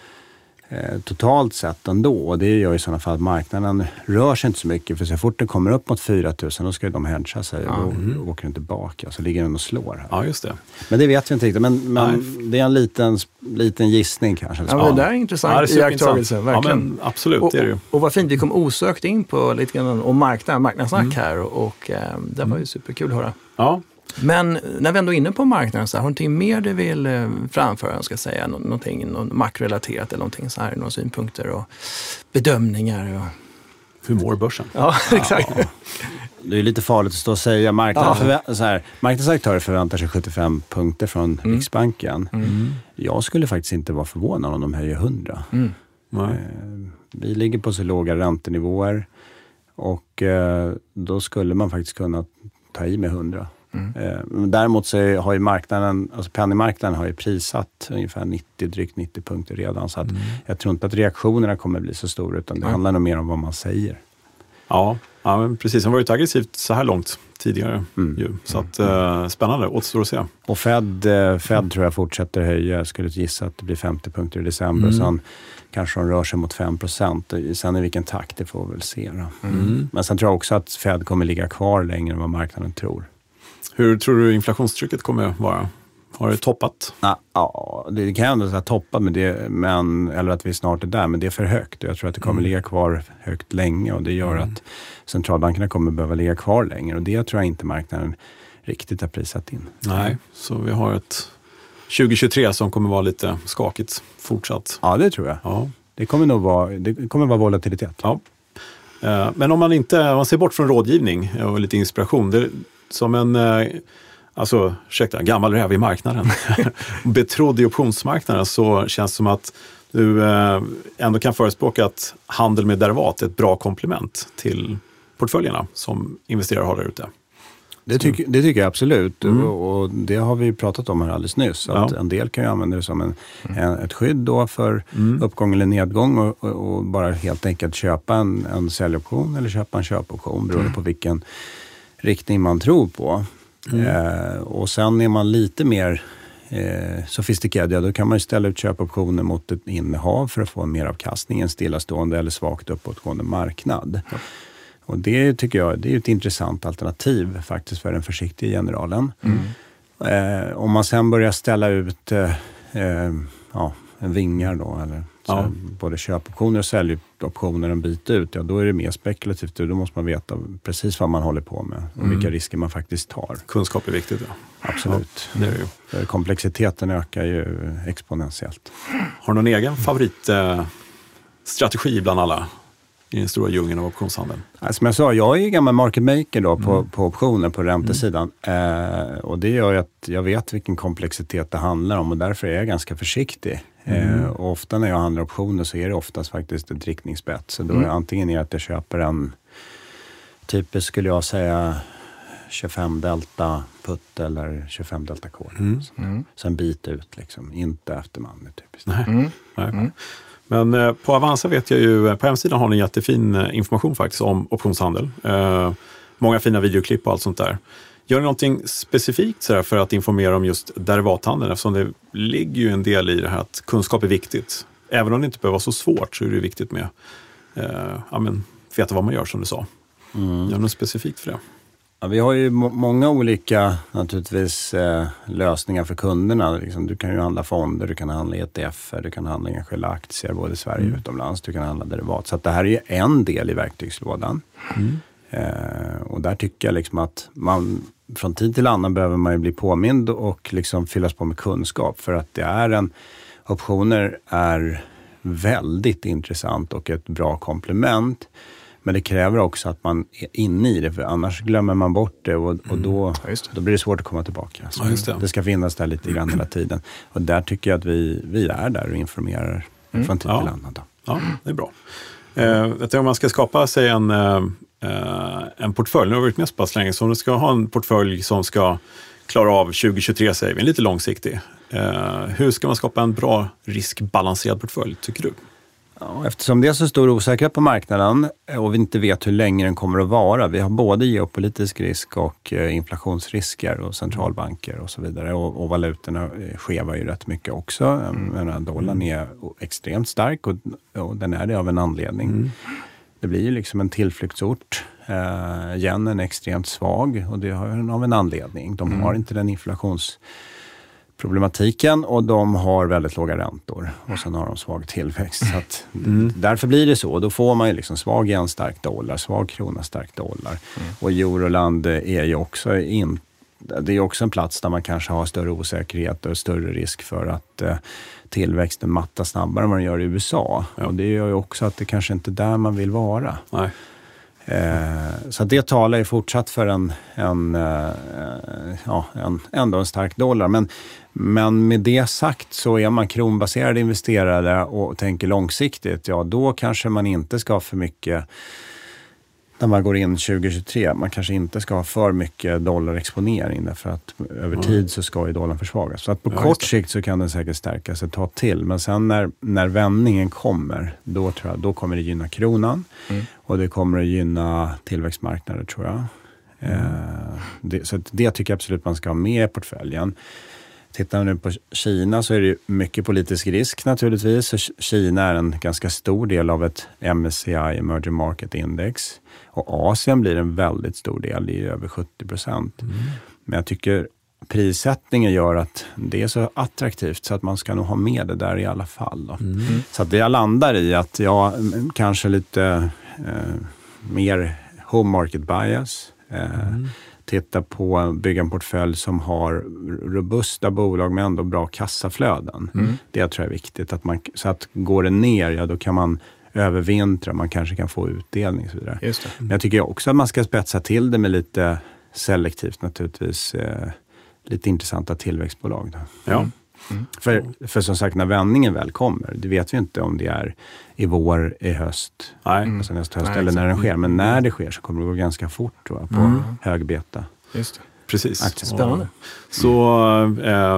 Eh, totalt sett ändå, och det gör i sådana fall att marknaden rör sig inte så mycket, för så fort det kommer upp mot fyra tusen då ska de hedga sig och mm. då åker den tillbaka, så ligger den och slår här. Ja, just det. Men det vet vi inte riktigt, men, men det är en liten, liten gissning kanske. Ja, men det där är intressant ja, iakttagelse, verkligen. Ja, men absolut, och, det är det ju. Och, och vad fint, vi kom osökt in på lite grann om marknaden, marknadssnack mm. här och, och eh, det var ju superkul att höra. Ja. Men när vi ändå är inne på marknaden, så här, har du någonting mer du vill eh, framföra? Jag ska säga Nå- någonting någon makrorelaterat eller någonting så här, några synpunkter och bedömningar. Och... Hur mår börsen? Ja, exakt. Ja. Det är lite farligt att stå och säga. Marknaden ja. förvä- så här, marknadsaktörer förväntar sig sjuttiofem punkter från mm. Riksbanken. Mm. Jag skulle faktiskt inte vara förvånad om de höjer hundra. Mm. Eh, vi ligger på så låga räntenivåer och eh, då skulle man faktiskt kunna ta i med hundra. Mm. Eh, däremot så har ju marknaden, alltså penningmarknaden har ju prissatt ungefär nittio, drygt nittio punkter redan, så att mm. jag tror inte att reaktionerna kommer bli så stora, utan det mm. handlar nog mer om vad man säger. Ja, ja men precis. Det har varit aggressivt så här långt tidigare. Mm. Ju. Så att, eh, spännande, återstår att se. Och Fed, eh, Fed mm. tror jag fortsätter höja. Jag skulle gissa att det blir femtio punkter i december. Mm. Sen kanske de rör sig mot fem procent. Sen i vilken takt, det får vi väl se. Mm. Men sen tror jag också att Fed kommer ligga kvar längre än vad marknaden tror. Hur tror du inflationstrycket kommer vara? Har det toppat? Ja, ja det kan ändå säga toppat, med det, men, eller att vi snart är där, men det är för högt. Jag tror att det kommer mm. ligga kvar högt länge, och det gör mm. att centralbankerna kommer behöva ligga kvar längre, och det tror jag inte marknaden riktigt har prisat in. Nej, så vi har ett tjugo tjugotre som kommer vara lite skakigt fortsatt. Ja, det tror jag. Ja. Det kommer nog vara, det kommer vara volatilitet. Ja. Men om man inte, om man ser bort från rådgivning och lite inspiration, det som en, alltså, ursäkta, gammal räv i marknaden, betrodd i optionsmarknaden, så känns det som att du ändå kan förespråka att handel med derivat är ett bra komplement till portföljerna som investerare har där ute. Det, tyck, det tycker jag absolut, mm. och, och det har vi pratat om här alldeles nyss. Att ja. En del kan ju använda det som en, en, ett skydd då för mm. uppgång eller nedgång, och, och, och bara helt enkelt köpa en, en säljoption eller köpa en köpoption beroende mm. på vilken riktning man tror på. Mm. Eh, och sen är man lite mer eh, sofistikerad, ja, då kan man ju ställa ut köpoptioner mot ett innehav för att få en mer avkastning, en stillastående eller svagt uppåtgående marknad. Ja. Och det tycker jag, det är ett intressant alternativ faktiskt för den försiktiga generalen. Mm. Eh, om man sen börjar ställa ut eh, eh, ja, en vingar då, eller ja. både köpoptioner och säljoptioner en bit ut, ja, då är det mer spekulativt, och då måste man veta precis vad man håller på med och mm. vilka risker man faktiskt tar. Kunskap är viktigt, ja. Absolut. Ja, det är det ju. För komplexiteten ökar ju exponentiellt. Har du någon egen favoritstrategi eh, bland alla i den stora djungeln av optionshandeln? Som jag sa, jag är ju gammal market maker då på, mm. på optioner på räntesidan. Mm. Eh, och det gör ju att jag vet vilken komplexitet det handlar om, och därför är jag ganska försiktig. Mm. Eh, och ofta när jag handlar optioner så är det oftast faktiskt ett riktningsbett. Så då är mm. antingen är att jag köper en, typiskt skulle jag säga, tjugofem delta put eller tjugofem delta call. Mm. Mm. Sen bit ut liksom, inte efter man typiskt. Nej. Mm. Nej. Mm. Men eh, på Avanza vet jag ju, på hemsidan har ni jättefin eh, information faktiskt om optionshandel. Eh, många fina videoklipp och allt sånt där. Gör ni någonting specifikt så där, för att informera om just derivathandeln? Eftersom det ligger ju en del i det här att kunskap är viktigt. Även om det inte behöver vara så svårt så är det viktigt med eh, ja, men, veta vad man gör som du sa. Mm. Gör något specifikt för det? Ja, vi har ju må- många olika naturligtvis eh, lösningar för kunderna. Liksom, du kan ju handla fonder, du kan handla E T F, du kan handla enskilda aktier både i Sverige och mm. utomlands. Du kan handla derivat. Så att det här är ju en del i verktygslådan. Mm. Eh, och där tycker jag liksom att man från tid till annan behöver man ju bli påmind och liksom fyllas på med kunskap. För att det är en, optioner är väldigt intressant och ett bra komplement. Men det kräver också att man är inne i det, för annars glömmer man bort det och, och då, mm. ja, då blir det svårt att komma tillbaka. Så ja, det. det ska finnas där lite grann hela tiden. Och där tycker jag att vi, vi är där och informerar mm. från tid ja. till annan. Då. Ja, det är bra. Eh, vet du, om man ska skapa sig en, eh, en portfölj, nu har vi varit med så pass länge, så om du ska ha en portfölj som ska klara av tjugo tjugotre, säger vi, lite långsiktig. Eh, hur ska man skapa en bra riskbalanserad portfölj, tycker du? Ja, eftersom det är så stor osäkerhet på marknaden och vi inte vet hur länge den kommer att vara. Vi har både geopolitisk risk och inflationsrisker och centralbanker och så vidare. Och, och valutorna skevar ju rätt mycket också. Mm. Dollarn är extremt stark och, och den är det av en anledning. Mm. Det blir ju liksom en tillflyktsort. Uh, yenen är extremt svag och det har den av en anledning. De mm. har inte den inflations... problematiken och de har väldigt låga räntor och sen har de svag tillväxt. Så att mm. därför blir det så. Då får man ju liksom svag yen, stark dollar, svag krona, stark dollar. Mm. Och Euroland är ju också in, det är också en plats där man kanske har större osäkerhet och större risk för att eh, tillväxten mattar snabbare än vad den gör i U S A. Ja. Och det gör ju också att det kanske inte är där man vill vara. Nej. Eh, så det talar ju fortsatt för en, en, eh, ja, en, ändå en stark dollar. Men, men med det sagt så är man kronbaserad investerare och tänker långsiktigt, ja då kanske man inte ska ha för mycket, när man går in tjugo tjugotre, man kanske inte ska ha för mycket dollarexponering därför att över mm. tid så ska ju dollarn försvagas. Så att på ja, kort sikt så kan den säkert stärkas ett tag till. Men sen när, när vändningen kommer, då, tror jag, då kommer det gynna kronan mm. och det kommer att gynna tillväxtmarknader tror jag. Mm. Eh, det, så att det tycker jag absolut man ska ha med i portföljen. Tittar vi nu på Kina så är det ju mycket politisk risk naturligtvis. Så Kina är en ganska stor del av ett M S C I, Emerging Market Index. Och Asien blir en väldigt stor del, det är över sjuttio procent. Mm. Men jag tycker prissättningen gör att det är så attraktivt så att man ska nog ha med det där i alla fall. Då. Mm. Så att det jag landar i att jag kanske lite eh, mer home market bias. Eh, mm. Titta på, bygga en portfölj som har robusta bolag med ändå bra kassaflöden. Mm. Det tror jag är viktigt. Att man, så att går det ner, ja då kan man övervintra, man kanske kan få utdelning och så vidare. Just det. Mm. Men jag tycker också att man ska spetsa till det med lite selektivt naturligtvis. Eh, lite intressanta tillväxtbolag. Då. Ja. Mm. Mm. För, för som sagt, när vändningen väl kommer, det vet vi inte om det är i vår, i höst, mm. alltså nästa höst, nej, eller när den sker. Men när det sker så kommer det gå ganska fort då, på mm. hög beta. Just det. Precis. Spännande. Så eh,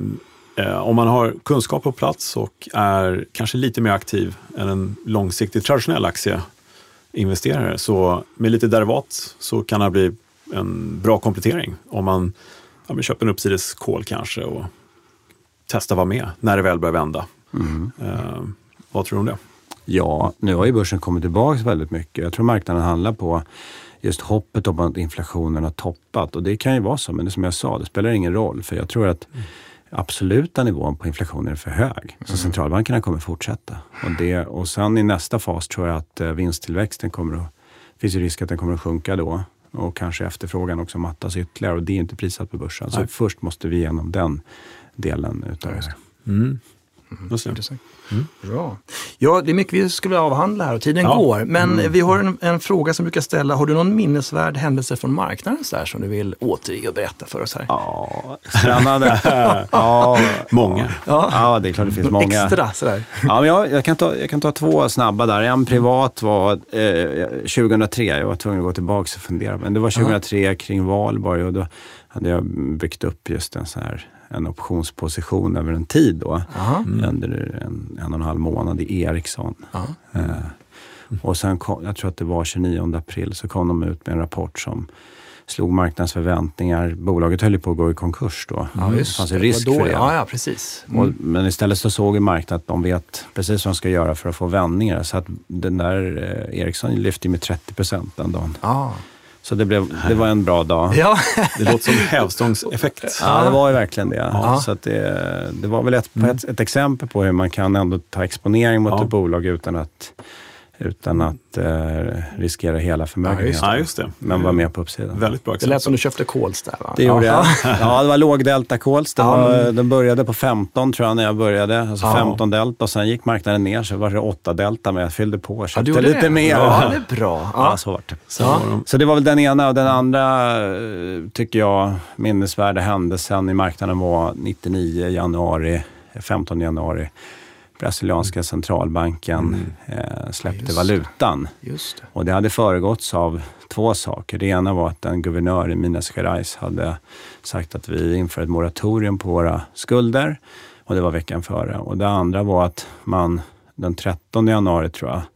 eh, om man har kunskap på plats och är kanske lite mer aktiv än en långsiktig traditionell aktieinvesterare, så med lite derivat så kan det bli en bra komplettering om man, ja, man köper en uppsideskål kanske och testa vara med när det väl börjar vända. Mm. Eh, vad tror du om det? Ja, nu har ju börsen kommit tillbaka väldigt mycket. Jag tror marknaden handlar på just hoppet om att inflationen har toppat. Och det kan ju vara så, men det som jag sa, det spelar ingen roll. För jag tror att absoluta nivån på inflationen är för hög. Så mm. centralbankerna kommer fortsätta. Och, det, och sen i nästa fas tror jag att vinsttillväxten kommer att, finns ju risk att den kommer att sjunka då. Och kanske efterfrågan också mattas ytterligare. Och det är inte prissatt på börsen. Så Nej. först måste vi igenom den delen utav det. Mm. Mm. Intressant. Mm. Bra. Ja, det är mycket vi skulle avhandla här och tiden ja. går. Men mm. vi har en, en fråga som vi brukar ställa. Har du någon minnesvärd händelse från marknaden så här, som du vill återge och berätta för oss här? Ja, spännande. ja, många. Ja. ja, det är klart det finns många. Extra sådär. Ja, men jag, jag, kan ta, jag kan ta två snabba där. En privat var eh, tjugohundratre. Jag var tvungen att gå tillbaka och fundera. Men det var tjugohundratre ja. kring valborg och då hade jag byggt upp just en sån här en optionsposition över en tid då. Mm. Under en, en och en halv månad i Ericsson. Eh, och sen kom, jag tror att det var tjugonionde april så kom de ut med en rapport som slog marknadsförväntningar. Bolaget höll på att gå i konkurs då. Ja, just, det fanns en risk för det. Ja, ja, precis. Mm. Och, men istället så såg i marknaden att de vet precis vad de ska göra för att få vändningar. Så att den där eh, Ericsson lyfte med trettio procent den dagen. Ah. Så det, blev, det var en bra dag. Ja. Det låter som hävstångseffekt. Ja, det var ju verkligen det. Ja. Så att det, det var väl ett, ett, ett exempel på hur man kan ändå ta exponering mot ja. ett bolag utan att, utan att eh, riskera hela förmögenheten. Ja, just det. Men var med på uppsidan. Väldigt bra exempel. Det lät som du köpte Kols där, va? Det gjorde jag. Ja, det var låg delta Kols. Det var, de började på femton tror jag när jag började. Alltså ja. femton delta och sen gick marknaden ner så var det åtta delta men jag fyllde på och köpte ja, lite det. mer. Ja, det är bra. Ja, ja så var det. Så, ja. så det var väl den ena och den andra tycker jag minnesvärda händelsen i marknaden var nittionio januari, femtonde januari. Brasilianska centralbanken mm. eh, släppte Just valutan. Just det. Och det hade föregåtts av två saker. Det ena var att en guvernör i Minas Gerais hade sagt att vi inför ett moratorium på våra skulder. Och det var veckan före. Och det andra var att man den trettonde januari tror jag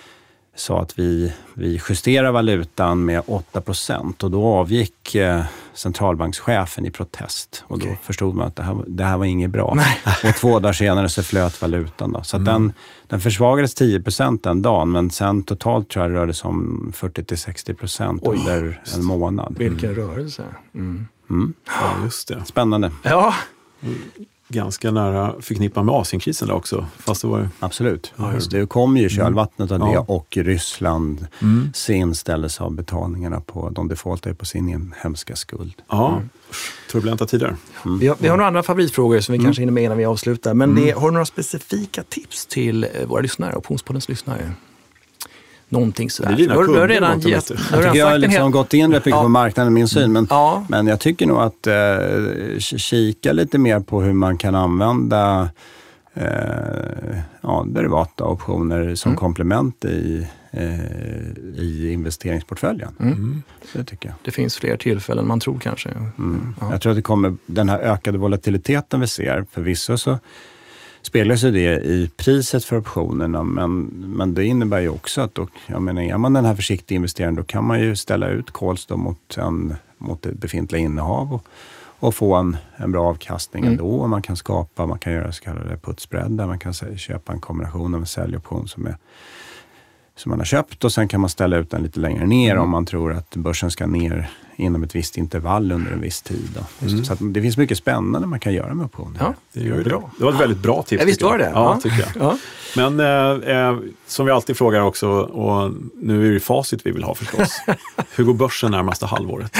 sa att vi, vi justerar valutan med åtta procent och då avgick eh, centralbankschefen i protest. Och okay. då förstod man att det här, det här var inget bra. Nej. Och två dagar senare så flöt valutan. Då. Så mm. den, den försvagades tio procent den dagen men sen totalt tror jag det rörde sig om fyrtio till sextio procent under en månad. Vilken mm. rörelse. Mm. Mm. Ja, just det. Spännande. Ja. ganska nära förknippad med Asienkrisen där också. Fast det var ju... Absolut. Ja, just det. Det kom ju kölvattnet av det, ja. Och Ryssland mm. inställdes av betalningarna på, de defaultade på sin hemska skuld. Ja, mm. turbulenta tider. Mm. Vi, har, vi har några andra favoritfrågor som vi mm. kanske hinner med innan vi avslutar. Men mm. det, har du några specifika tips till våra lyssnare, Optionspoddens lyssnare? Någonting sådär. Det är dina kunder. Du har redan gett, jag tycker jag har liksom gått in rätt mycket ja. på marknaden, min syn. Men, ja. men jag tycker nog att eh, kika lite mer på hur man kan använda eh, ja, derivata optioner som mm. komplement i, eh, i investeringsportföljen. Mm. Det tycker jag. Det finns fler tillfällen man tror kanske. Mm. Ja. Jag tror att det kommer, den här ökade volatiliteten vi ser, förvisso så speglar sig det i priset för optionerna, men, men det innebär ju också att då, jag menar, är man den här försiktiga investeraren då kan man ju ställa ut calls då mot, en, mot ett befintliga innehav och, och få en, en bra avkastning mm. ändå. Och man kan skapa, man kan göra så kallade put-spread där man kan köpa en kombination av en säljoption som är som man har köpt och sen kan man ställa ut den lite längre ner mm. om man tror att börsen ska ner inom ett visst intervall under en viss tid. Då. Mm. Så att det finns mycket spännande man kan göra med optioner. Ja, det gör det bra. Det var ett väldigt bra tips. Ja, visst var det. Ja, ja. tycker jag. Ja. Men eh, eh, som vi alltid frågar också, och nu är det facit vi vill ha förstås. Hur går börsen närmaste halvåret?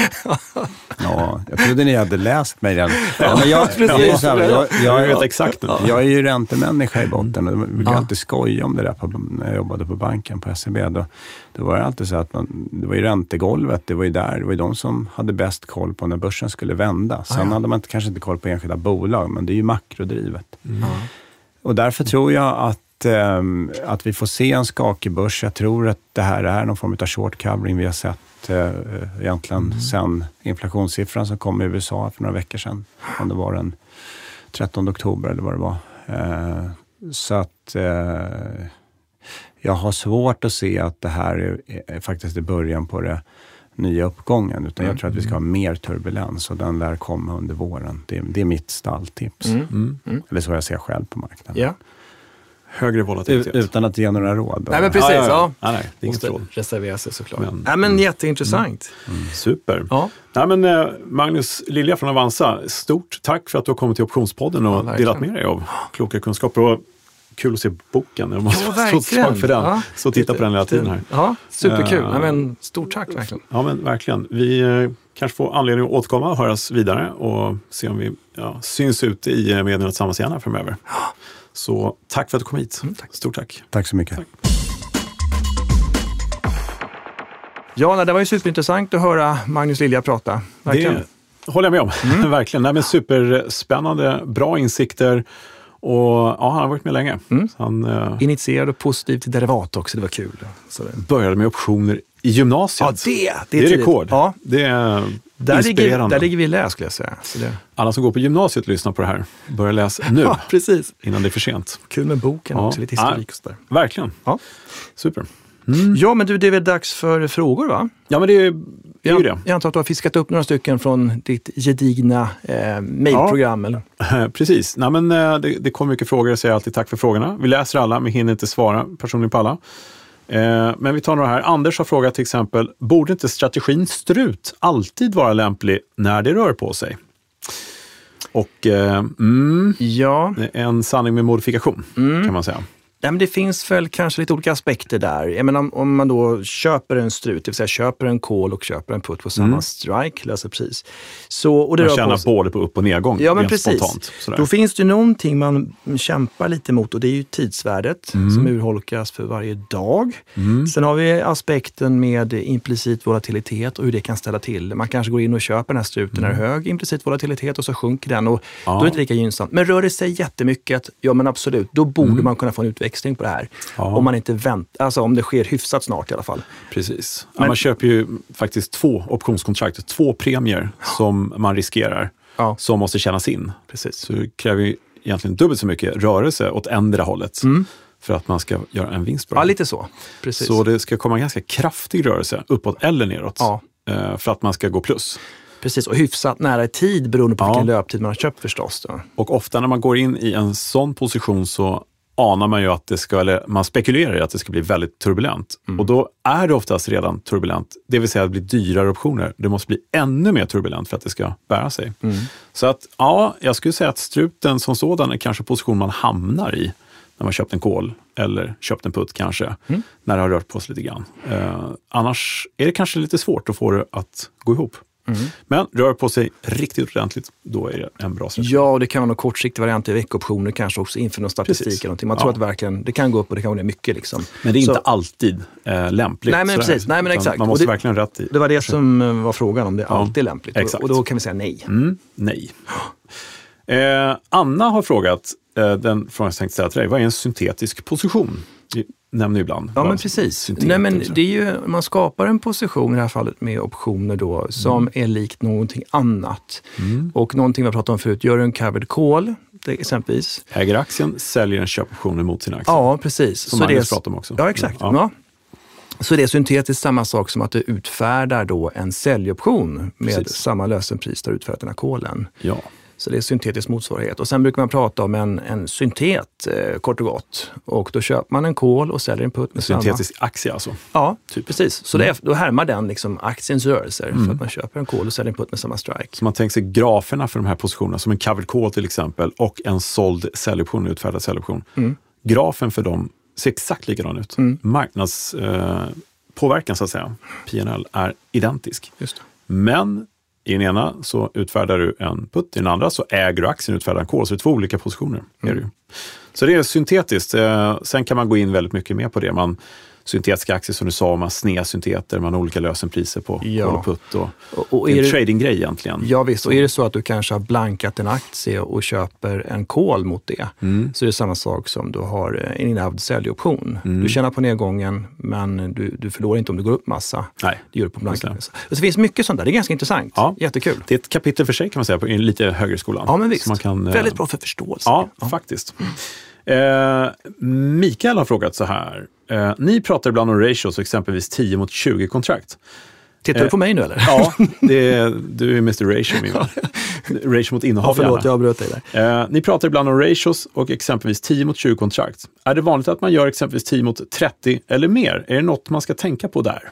Ja, jag trodde ni hade läst mig redan. Ja, men jag, precis. Jag, jag, jag, jag, jag vet exakt nu. Jag är ju räntemänniska i botten och jag brukar ja. alltid skoja om det där på, när jag jobbade på banken på S E B. Då, då var det alltid så att man, det var ju räntegolvet, det var ju där, det var ju de som hade bäst koll på när börsen skulle vända. Sen ah, ja. hade man kanske inte koll på enskilda bolag, men det är ju makrodrivet. Mm. Och därför tror jag att, ähm, att vi får se en skakig börs. Jag tror att det här är någon form av short covering vi har sett äh, egentligen mm. sen inflationssiffran som kom i U S A för några veckor sedan. Om det var den trettonde oktober eller vad det var. Äh, så att... Äh, jag har svårt att se att det här är, är faktiskt i början på det nya uppgången. Utan jag tror att vi ska ha mer turbulens och den lär komma under våren. Det, det är mitt stalltips. Mm. Mm. Mm. Eller så jag ser själv på marknaden. Ja. Högre volatilitet. Utan att ge några råd. Nej men precis. Ja, ja, ja. Ja, nej, det är inget råd. Reservera sig såklart. Men, ja, men mm. jätteintressant. Mm. Mm. Super. Ja. Nej, men, eh, Magnus Lilja från Avanza, stort tack för att du har kommit till Optionspodden och ja, delat med dig av kloka kunskaper. Och kul att se boken. Jag måste ja, verkligen. för den. Ja. Så titta på den hela tiden här. Ja, superkul. Uh, ja, men, stort tack verkligen. Ja, men verkligen. Vi eh, kanske får anledning att återkomma och höras vidare och se om vi ja, syns ut i medierna tillsammans igen här framöver. Så tack för att du kom hit. Mm, tack. Stort tack. Tack så mycket. Tack. Ja, det var ju superintressant att höra Magnus Lilja prata. Verkligen. Det håller jag med om. Mm. Verkligen. Nej, men superspännande, bra insikter. Och ja, han har varit med länge. Mm. Han, uh, initierad och positiv till derivat också, det var kul. Så det... Började med optioner i gymnasiet. Ja, det, det, är, det är rekord. Ja. Det är där inspirerande. Ligger, där ligger vi i lä, skulle jag säga. Så det... Alla som går på gymnasiet lyssnar på det här. Börja läsa nu. Ja, precis. Innan det är för sent. Kul med boken ja. också, lite historik och sådär. Verkligen. Ja. Super. Mm. Ja, men du, det är väl dags för frågor, va? Ja, men det är, det är ju det. Jag antar att du har fiskat upp några stycken från ditt gedigna eh, mejlprogram. Ja. Eller? Precis. Nej, men, det, det kommer mycket frågor. Jag säger alltid tack för frågorna. Vi läser alla, men hinner inte svara personligen på alla. Eh, men vi tar några här. Anders har frågat till exempel, borde inte strategin strut alltid vara lämplig när det rör på sig? Och eh, mm, ja. en sanning med modifikation, mm. kan man säga. Ja, men det finns väl kanske lite olika aspekter där. Jag menar, om, om man då köper en strut, det vill säga köper en call och köper en put på samma mm. strike, löser pris. Så, och det man tjänar på, både på upp- och nedgång. Ja, men precis. Spontant, då finns det någonting man kämpar lite mot och det är ju tidsvärdet mm. som urholkas för varje dag. Mm. Sen har vi aspekten med implicit volatilitet och hur det kan ställa till. Man kanske går in och köper den här struten mm. när det är hög implicit volatilitet och så sjunker den och ja. då är det inte lika gynnsamt. Men rör det sig jättemycket, ja men absolut, då borde mm. man kunna få en utveckling på det här. Ja. Om man inte väntar, alltså om det sker hyfsat snart i alla fall. Precis. Men, ja, man köper ju faktiskt två optionskontrakt, två premier som man riskerar, ja. som måste tjänas in. Precis. Så det kräver ju egentligen dubbelt så mycket rörelse åt ändra hållet mm. för att man ska göra en vinst på det. Ja, lite så. Precis. Så det ska komma en ganska kraftig rörelse uppåt eller neråt ja. för att man ska gå plus. Precis, och hyfsat nära i tid beroende på ja. vilken löptid man har köpt förstås. Då. Och ofta när man går in i en sån position så anar man ju att det ska, eller man spekulerar i att det ska bli väldigt turbulent. Mm. Och då är det oftast redan turbulent. Det vill säga att det blir dyrare optioner. Det måste bli ännu mer turbulent för att det ska bära sig. Mm. Så att, ja, jag skulle säga att struten som sådan är kanske position man hamnar i när man köpt en call eller köpt en put kanske. Mm. När det har rört på sig lite grann. Eh, annars är det kanske lite svårt att få det att gå ihop. Mm. Men rör på sig riktigt ordentligt, då är det en bra strategi. Ja, och det kan vara någon kortsiktig variant i veckoptioner, kanske också inför någon statistik precis. Eller någonting. Man ja. tror att verkligen, det kan gå upp och det kan gå ner mycket. Liksom. Men det är så, inte alltid eh, lämpligt. Nej, men precis. Nej, men exakt. Man måste det, verkligen rätt i. Det var det som var frågan, om det är ja. alltid lämpligt. Exakt. Och, och då kan vi säga nej. Mm, nej. eh, Anna har frågat, eh, den frågan jag tänkte ställa till dig, vad är en syntetisk position? Nämner ibland. Ja, men precis. Nej, men det är ju, man skapar en position i det här fallet med optioner då som mm. är likt någonting annat. Mm. Och någonting vi har pratat om förut, gör en covered call det, exempelvis. Äger aktien, säljer en köpoptioner mot sin aktie. Ja, precis. Som så Magnus pratar om också. Ja, exakt. Ja. Ja. Så det är syntetiskt samma sak som att du utfärdar då en säljoption med precis. samma lösenpris där du utfärdar den här callen. Ja. Så det är syntetisk motsvarighet. Och sen brukar man prata om en, en syntet, eh, kort och gott. Och då köper man en call och säljer en put med syntetisk samma. aktie alltså? Ja, typ. Precis. Så mm. det är, då härmar den liksom aktiens rörelser mm. för att man köper en call och säljer en put med samma strike. Så man tänker sig graferna för de här positionerna, som en covered call till exempel och en såld säljoption, utfärdad säljoption. Mm. Grafen för dem ser exakt likadan ut. Mm. Marknadspåverkan eh, så att säga, P and L, är identisk. Just det. Men i den ena så utfärdar du en put, i den andra så äger du aktien och utfärdar en call. Så det är två olika positioner. Mm. Är det ju. Så det är syntetiskt. Eh, sen kan man gå in väldigt mycket mer på det. Man, syntetiska aktier som du sa, man sned-synteter, man har olika lösenpriser på ja. call och put. Och, och, och det är en tradinggrej egentligen. Ja visst, och är det så att du kanske har blankat en aktie och köper en call mot det, mm. så är det samma sak som du har en innehavd säljoption. Mm. Du tjänar på nedgången, men du, du förlorar inte om du går upp massa. Nej. Det gör du på blankat. Så det finns mycket sånt där, det är ganska intressant. Ja. Jättekul. Det är ett kapitel för sig kan man säga, på en lite högre skolan. Ja men visst, man kan, väldigt bra för förståelse. Ja, ja. faktiskt. Mm. Eh, Mikael har frågat så här. Eh, ni pratar ibland om ratios, exempelvis tio mot tjugo kontrakt. Tittar eh, du på mig nu eller? Ja, det är, du är mister Ratio min vän. Ratio mot innehav. Ja, förlåt, jag avbröt dig där. Eh, ni pratar ibland om ratios och exempelvis tio mot tjugo kontrakt. Är det vanligt att man gör exempelvis tio mot trettio eller mer? Är det något man ska tänka på där?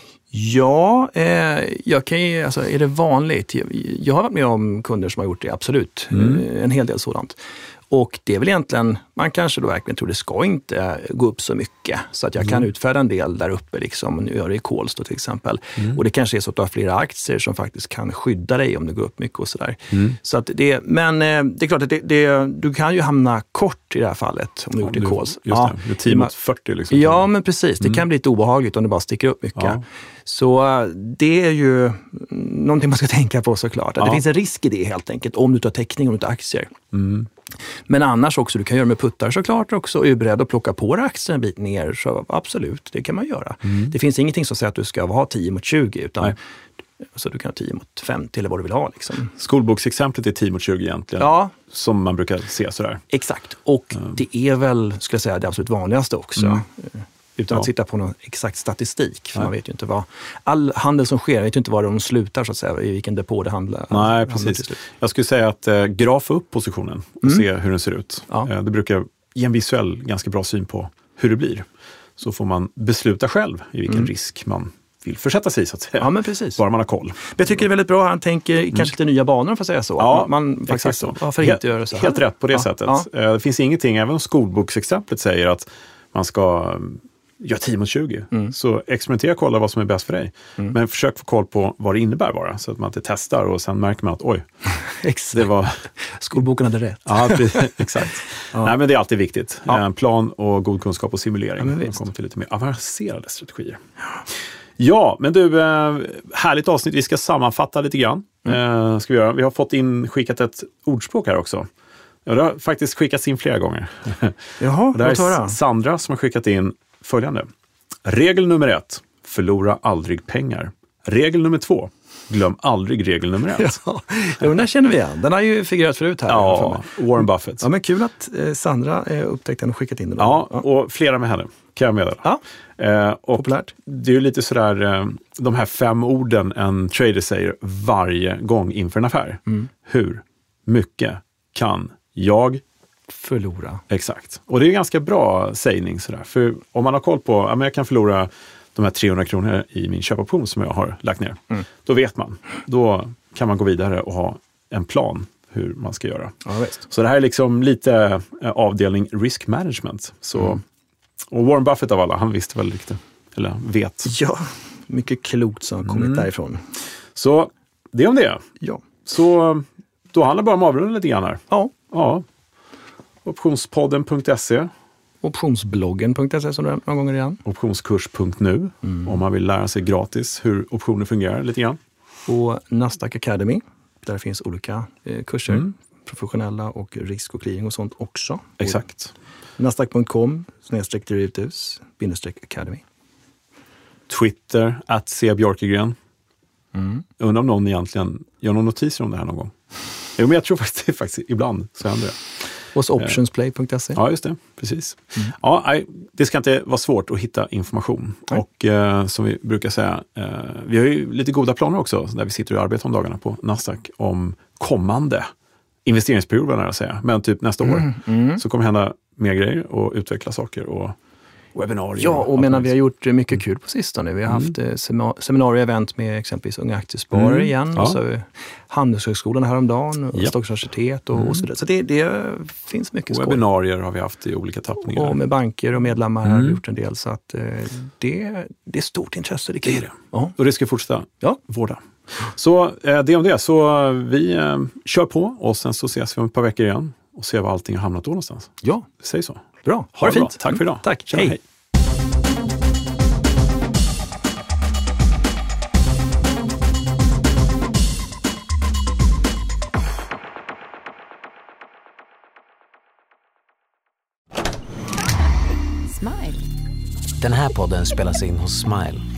Ja, eh, jag kan ju, alltså, är det vanligt? Jag, jag har varit med om kunder som har gjort det, absolut. Mm. Eh, en hel del sådant. Och det är väl egentligen, man kanske då verkligen tror det ska inte gå upp så mycket. Så att jag mm. kan utfärda en del där uppe, liksom, nu gör det i Coles då till exempel. Mm. Och det kanske är så att du har flera aktier som faktiskt kan skydda dig om det går upp mycket och sådär. Mm. Så att det, men eh, det är klart att det, det, du kan ju hamna kort i det här fallet om du ja, gjort det i Coles. Just ja, det, tio mot fyrtio liksom. Ja, men precis. Det mm. kan bli lite obehagligt om det bara sticker upp mycket. Ja. Så det är ju någonting man ska tänka på såklart. Att ja. det finns en risk i det helt enkelt om du tar täckning, om du tar aktier. Mm. Men annars också, du kan göra med puttar såklart också och är beredd att plocka på dig aktien en bit ner, så absolut, det kan man göra. Mm. Det finns ingenting som säger att du ska ha tio mot tjugo, utan Nej. Så du kan ha tio mot femtio eller vad du vill ha. Liksom. Skolboksexemplet är tio mot tjugo egentligen, ja. som man brukar se sådär. Exakt, och mm. det är väl, skulle jag säga, det absolut vanligaste också. Mm. Utan att ja. sitta på någon exakt statistik. För Nej. man vet ju inte vad... All handel som sker, vet ju inte var de slutar så att säga, i vilken depå det handlar. Nej, precis. Jag skulle säga att äh, grafa upp positionen och mm. se hur den ser ut. Ja. Äh, det brukar ge en visuell, ganska bra syn på hur det blir. Så får man besluta själv i vilken mm. risk man vill försätta sig, så att säga. Ja, men precis. Bara man har koll. Men jag tycker det är väldigt bra. Han tänker mm. kanske lite nya banor, för att säga så. Ja, man, man exakt så. Varför inte göra så här? Helt rätt på det ja. sättet. Ja. Äh, det finns ingenting, även om skolboksexemplet säger att man ska... Ja, tio mot tjugo. Mm. Så experimentera och kolla vad som är bäst för dig. Mm. Men försök få koll på vad det innebär bara. Så att man inte testar och sen märker man att oj, det var... Skolboken hade rätt. Ja, exakt. ja. Nej, men det är alltid viktigt. Ja. En plan och god kunskap och simulering. Ja, man kommer till lite mer avancerade strategier. Ja, men du, härligt avsnitt. Vi ska sammanfatta lite grann. Mm. Ska vi göra. Vi har fått in, skickat ett ordspråk här också. Ja, det har faktiskt skickats in flera gånger. Jaha, det är Sandra som har skickat in följande. Regel nummer ett. Förlora aldrig pengar. Regel nummer två. Glöm aldrig regel nummer ett. Ja, den där känner vi igen. Den har ju figurerat förut här. Ja, Warren Buffett. Ja, men kul att eh, Sandra eh, upptäckt den och skickat in den. Ja, ja, och flera med henne kan jag meddela. Ja, eh, och populärt. Det är ju lite sådär, eh, de här fem orden en trader säger varje gång inför en affär. Mm. Hur mycket kan jag förlora? Exakt. Och det är en ganska bra sägning sådär. För om man har koll på, ja, men jag kan förlora de här trehundra kronor i min köpoption som jag har lagt ner. Mm. Då vet man. Då kan man gå vidare och ha en plan hur man ska göra. Ja, visst. Så det här är liksom lite avdelning risk management. Så, mm. Och Warren Buffett av alla, han visste väl riktigt. Eller vet. Ja, mycket klokt som har kommit mm. därifrån. Så det är om det. Ja. Så då handlar det bara om avrunda lite grann här. Ja. Ja. Optionspodden punkt se. Optionsbloggen punkt se som du några gånger igen. Optionskurs punkt nu mm. om man vill lära sig gratis hur optioner fungerar lite grann. Och Nasdaq Academy, där finns olika eh, kurser. Mm. Professionella och risk och clearing och sånt också. Exakt. Nasdaq punkt com snedstreck derivatives bindestreck academy. Twitter, at C. Björkegren. Mm. Undrar om någon egentligen gör någon notiser om det här någon gång. Jo, men jag tror faktiskt, det faktiskt ibland så händer det. Hos optionsplay punkt se. Ja, just det. Precis. Mm. Ja, nej, det ska inte vara svårt att hitta information. Nej. Och eh, som vi brukar säga, eh, vi har ju lite goda planer också där vi sitter och arbetar om dagarna på Nasdaq om kommande investeringsperioder, när jag säger. Men typ nästa mm. år mm. så kommer hända mer grejer och utveckla saker och webbinarier. Ja, och menar vi har gjort mycket kul på sistone. Vi har mm. haft eh, seminarieevent med exempelvis unga aktiesparare mm. igen. Ja. Och så har vi Handelshögskolan häromdagen och ja. Stockholms universitet och, mm. och så vidare. Så det, det finns mycket skoj. Webbinarier har vi haft i olika tappningar. Och med banker och medlemmar mm. har vi gjort en del. Så att eh, det, det är stort intresse. Det, det är det. Ja. Och det ska fortsätta ja. vårda. Så eh, det om det. Så vi eh, kör på och sen så ses vi om ett par veckor igen och ser var allting har hamnat då någonstans. Ja. Säg så. Bra, ha, ha det fint. Bra. Tack för idag. Mm. Tack, Tjena, hej. hej. Den här podden spelas in hos Smile